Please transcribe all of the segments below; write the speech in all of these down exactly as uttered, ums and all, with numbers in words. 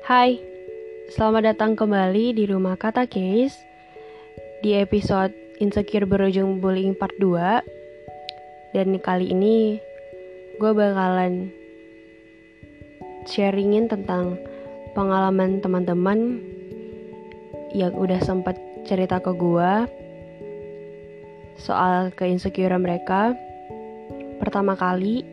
Hai, selamat datang kembali di Rumah Kata Case di episode Insecure berujung bullying part dua. Dan kali ini gue bakalan sharingin tentang pengalaman teman-teman yang udah sempat cerita ke gue soal keinsecurean mereka pertama kali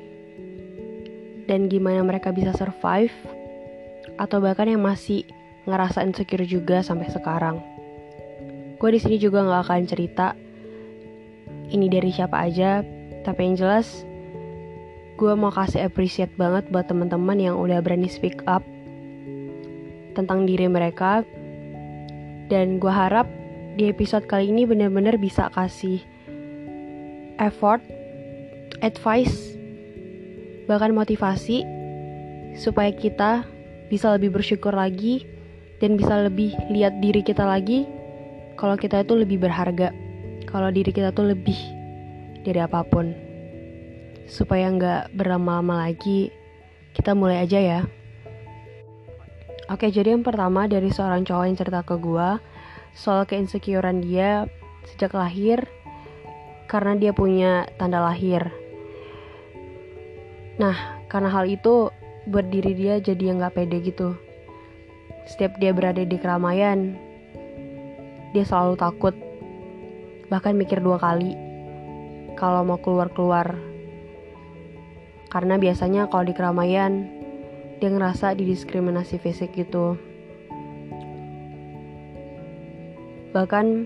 dan gimana mereka bisa survive, atau bahkan yang masih ngerasa insecure juga sampai sekarang. Gue di sini juga nggak akan cerita ini dari siapa aja, tapi yang jelas gue mau kasih appreciate banget buat teman-teman yang udah berani speak up tentang diri mereka. Dan gue harap di episode kali ini benar-benar bisa kasih effort, advice, bahkan motivasi supaya kita bisa lebih bersyukur lagi dan bisa lebih lihat diri kita lagi kalau kita itu lebih berharga, kalau diri kita tuh lebih dari apapun. Supaya nggak berlama-lama lagi, kita mulai aja ya. Oke, jadi yang pertama dari seorang cowok yang cerita ke gue soal keinsecurean dia sejak lahir karena dia punya tanda lahir. Nah, karena hal itu buat diri dia jadi yang gak pede gitu. Setiap dia berada di keramaian, dia selalu takut, bahkan mikir dua kali kalau mau keluar-keluar. Karena biasanya kalau di keramaian dia ngerasa didiskriminasi fisik gitu. Bahkan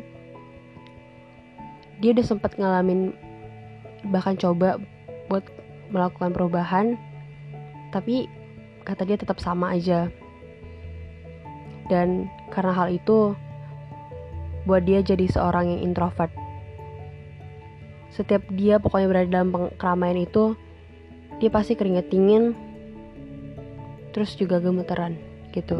dia udah sempat ngalamin, bahkan coba buat melakukan perubahan, tapi kata dia tetap sama aja. Dan karena hal itu buat dia jadi seorang yang introvert. Setiap dia pokoknya berada dalam keramaian itu, dia pasti keringet dingin, terus juga gemeteran gitu.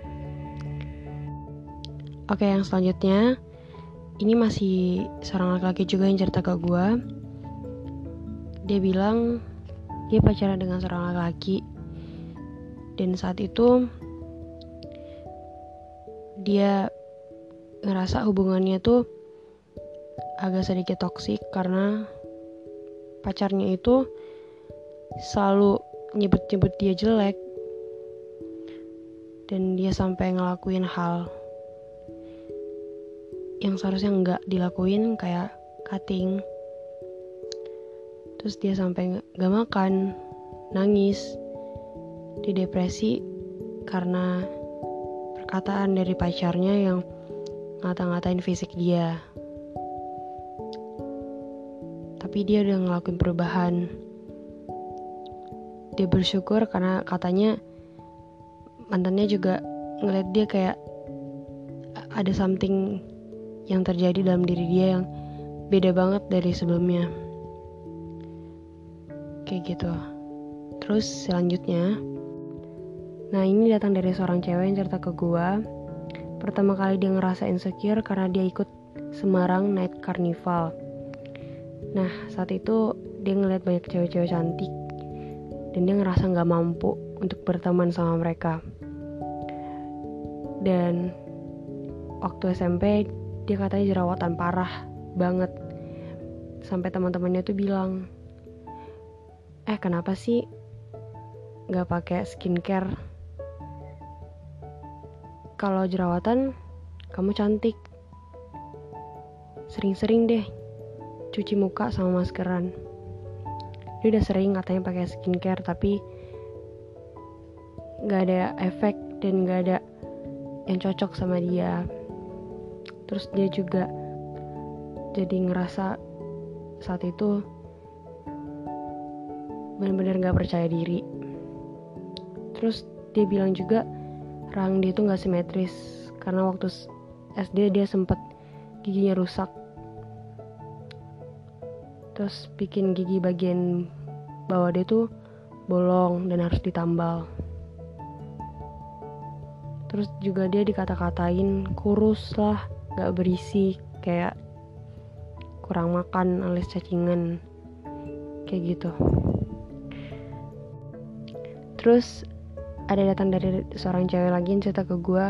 Oke, yang selanjutnya ini masih seorang laki-laki juga yang cerita ke gue. Dia bilang dia pacaran dengan seorang laki-laki, dan saat itu dia ngerasa hubungannya tuh agak sedikit toksik karena pacarnya itu selalu nyebut-nyebut dia jelek, dan dia sampai ngelakuin hal yang seharusnya nggak dilakuin, kayak cutting. Terus dia sampai gak makan, nangis, didepresi karena perkataan dari pacarnya yang ngata-ngatain fisik dia. Tapi dia udah ngelakuin perubahan. Dia bersyukur karena katanya mantannya juga ngeliat dia kayak ada something yang terjadi dalam diri dia yang beda banget dari sebelumnya. Kayak gitu. Terus selanjutnya, nah ini datang dari seorang cewek yang cerita ke gue. Pertama kali dia ngerasa insecure karena dia ikut Semarang Night Carnival. Nah saat itu dia ngeliat banyak cewek-cewek cantik, dan dia ngerasa gak mampu untuk berteman sama mereka. Dan waktu S M P dia katanya jerawatan parah banget, sampai teman-temannya tuh bilang, eh kenapa sih gak pakai skincare? Kalau jerawatan kamu cantik, sering-sering deh cuci muka sama maskeran. Dia udah sering katanya pakai skincare, tapi gak ada efek dan gak ada yang cocok sama dia. Terus dia juga jadi ngerasa saat itu benar-benar gak percaya diri. Terus dia bilang juga rahang dia tuh gak simetris karena waktu S D dia sempet giginya rusak, terus bikin gigi bagian bawah dia tuh bolong dan harus ditambal. Terus juga dia dikata-katain kurus lah, gak berisi, kayak kurang makan alias cacingan, kayak gitu. Terus ada datang dari seorang cewek lagi yang cerita ke gue.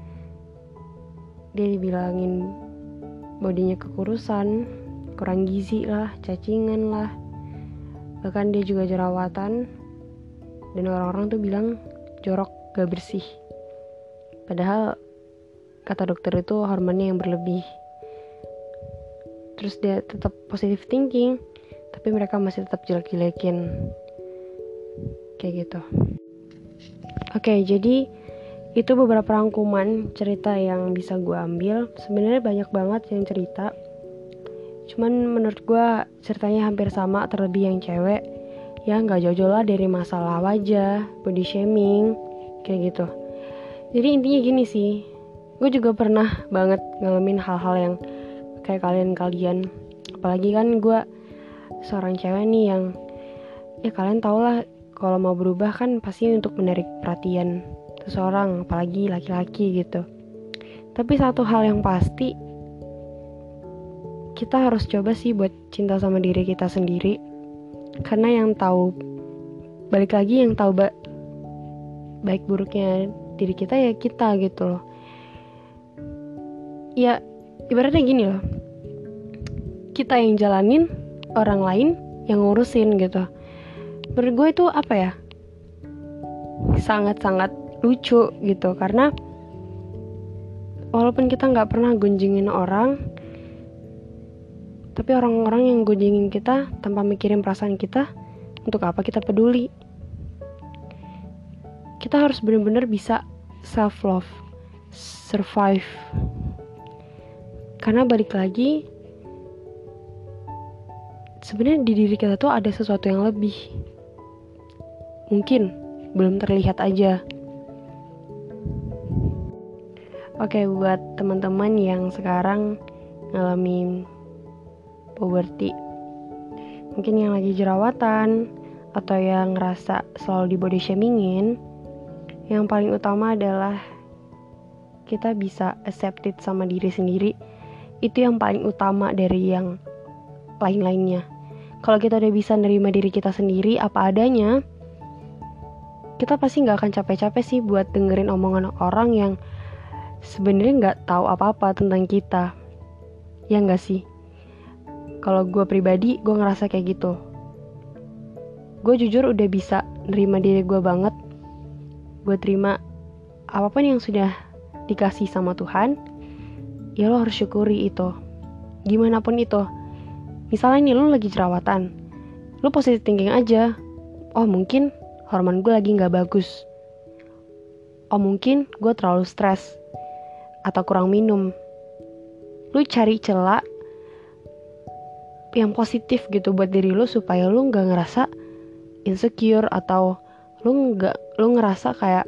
Dia dibilangin bodinya kekurusan, kurang gizi lah, cacingan lah, bahkan dia juga jerawatan, dan orang-orang tuh bilang jorok, gak bersih. Padahal kata dokter itu hormonnya yang berlebih. Terus dia tetap positive thinking, tapi mereka masih tetap jelek-jelekin kayak gitu. Oke, jadi itu beberapa rangkuman cerita yang bisa gue ambil. Sebenarnya banyak banget yang cerita, cuman menurut gue ceritanya hampir sama, terlebih yang cewek ya nggak jauh-jauh lah dari masalah wajah, body shaming kayak gitu. Jadi intinya gini sih, gue juga pernah banget ngalamin hal-hal yang kayak kalian-kalian. Apalagi kan gue seorang cewek nih yang ya kalian tau lah, kalau mau berubah kan pasti untuk menarik perhatian seseorang, apalagi laki-laki gitu. Tapi satu hal yang pasti, kita harus coba sih buat cinta sama diri kita sendiri. Karena yang tahu, balik lagi yang tahu ba- baik buruknya diri kita ya kita gitu loh. Ya ibaratnya gini loh, kita yang jalanin, orang lain yang ngurusin gitu. Menurut gue itu apa ya, sangat-sangat lucu gitu. Karena walaupun kita gak pernah gunjingin orang, tapi orang-orang yang gunjingin kita tanpa mikirin perasaan kita, untuk apa kita peduli? Kita harus benar-benar bisa self-love, survive. Karena balik lagi, sebenarnya di diri kita tuh ada sesuatu yang lebih. Mungkin belum terlihat aja. Oke, buat teman-teman yang sekarang ngalamin puberti, mungkin yang lagi jerawatan atau yang ngerasa selalu di body shamingin, yang paling utama adalah kita bisa accepted sama diri sendiri. Itu yang paling utama dari yang lain-lainnya. Kalau kita udah bisa nerima diri kita sendiri apa adanya, kita pasti gak akan capek-capek sih buat dengerin omongan orang yang sebenarnya gak tahu apa-apa tentang kita. Ya gak sih? Kalau gue pribadi, gue ngerasa kayak gitu. Gue jujur udah bisa nerima diri gue banget. Gue terima apapun yang sudah dikasih sama Tuhan. Ya lo harus syukuri itu, gimana pun itu. Misalnya nih lo lagi jerawatan, lo positive thinking aja. Oh mungkin hormon gue lagi gak bagus. Oh mungkin gue terlalu stres atau kurang minum. Lo cari celah yang positif gitu buat diri lo, supaya lo gak ngerasa insecure atau lo gak lo ngerasa kayak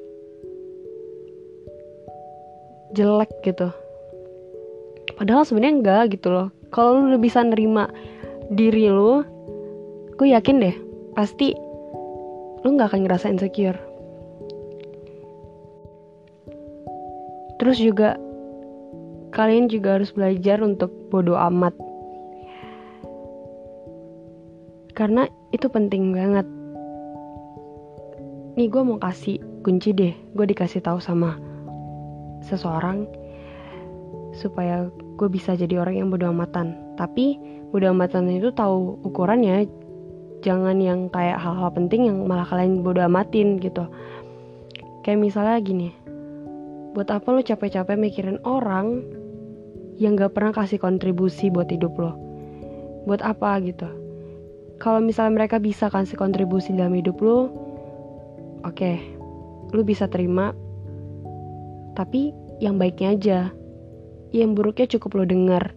jelek gitu. Padahal sebenarnya enggak gitu loh. Kalau lu udah bisa nerima diri lu, gue yakin deh pasti lu nggak akan ngerasa insecure. Terus juga kalian juga harus belajar untuk bodo amat, karena itu penting banget. Nih gue mau kasih kunci deh, gue dikasih tahu sama seseorang supaya gue bisa jadi orang yang bodo amatan. Tapi bodo amatan itu tahu ukurannya, jangan yang kayak hal-hal penting yang malah kalian bodo amatin gitu. Kayak misalnya gini, buat apa lo capek-capek mikirin orang yang gak pernah kasih kontribusi buat hidup lo? Buat apa gitu? Kalau misalnya mereka bisa kasih kontribusi dalam hidup lo, oke, okay, lo bisa terima. Tapi yang baiknya aja, yang buruknya cukup lo dengar.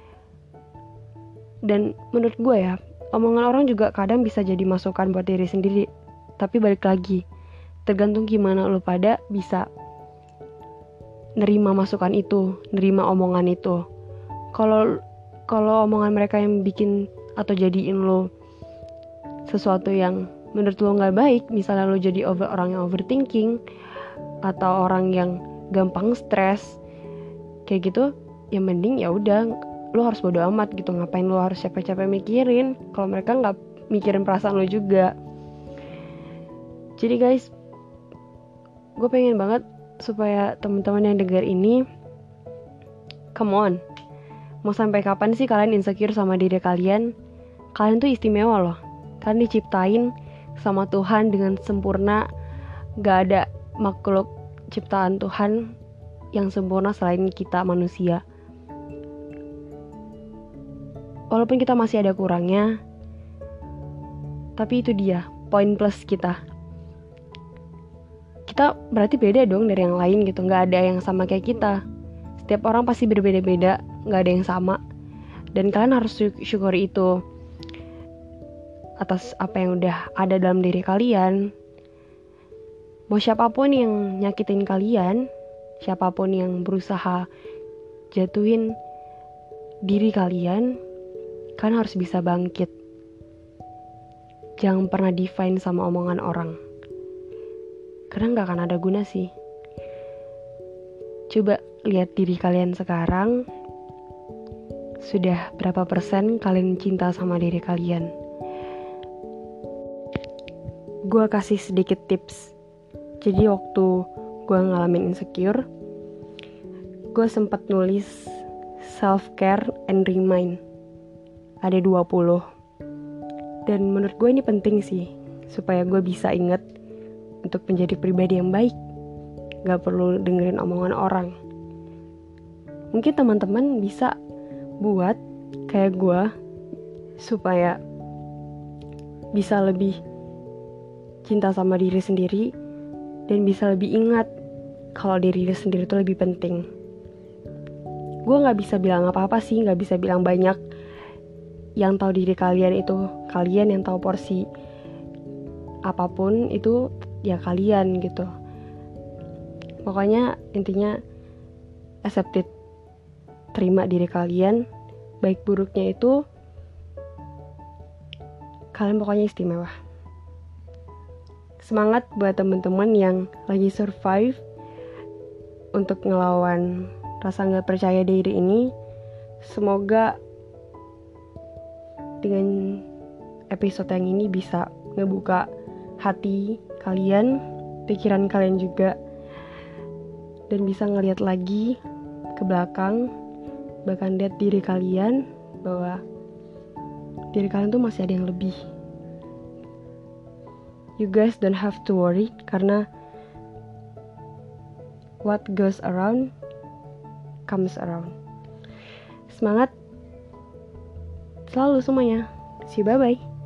Dan menurut gue ya, omongan orang juga kadang bisa jadi masukan buat diri sendiri. Tapi balik lagi, tergantung gimana lo pada bisa nerima masukan itu, nerima omongan itu. Kalau kalau omongan mereka yang bikin atau jadiin lo sesuatu yang menurut lo nggak baik, misalnya lo jadi over, orang yang overthinking atau orang yang gampang stres kayak gitu, ya mending ya udah lo harus bodo amat gitu. Ngapain lo harus capek-capek mikirin kalau mereka nggak mikirin perasaan lo juga. Jadi guys, gue pengen banget supaya teman-teman yang dengar ini, come on, mau sampai kapan sih kalian insecure sama diri kalian? Kalian tuh istimewa loh. Kalian diciptain sama Tuhan dengan sempurna. Gak ada makhluk ciptaan Tuhan yang sempurna selain kita manusia. Walaupun kita masih ada kurangnya, tapi itu dia poin plus kita. Kita berarti beda dong dari yang lain gitu. Gak ada yang sama kayak kita. Setiap orang pasti berbeda-beda, gak ada yang sama. Dan kalian harus syukuri itu atas apa yang udah ada dalam diri kalian. Mau siapapun yang nyakitin kalian, siapapun yang berusaha jatuhin diri kalian, kalian harus bisa bangkit. Jangan pernah define sama omongan orang, karena gak akan ada guna sih. Coba lihat diri kalian sekarang. Sudah berapa persen kalian cinta sama diri kalian? Gue kasih sedikit tips. Jadi waktu gue ngalamin insecure, gue sempet nulis self-care and remind. Ada dua puluh. Dan menurut gue ini penting sih, supaya gue bisa inget untuk menjadi pribadi yang baik. Gak perlu dengerin omongan orang. Mungkin teman-teman bisa buat kayak gue, supaya bisa lebih cinta sama diri sendiri dan bisa lebih ingat kalau diri sendiri itu lebih penting. Gue gak bisa bilang apa-apa sih, gak bisa bilang banyak. Yang tahu diri kalian itu kalian, yang tahu porsi apapun itu ya kalian gitu. Pokoknya intinya accept it, terima diri kalian, baik buruknya itu kalian pokoknya istimewa. Semangat buat teman-teman yang lagi survive untuk ngelawan rasa gak percaya diri ini. Semoga dengan episode yang ini bisa ngebuka hati kalian, pikiran kalian juga, dan bisa ngelihat lagi ke belakang, bahkan lihat diri kalian bahwa diri kalian tuh masih ada yang lebih. You guys don't have to worry, karena what goes around comes around. Semangat selalu semuanya. See you, bye bye.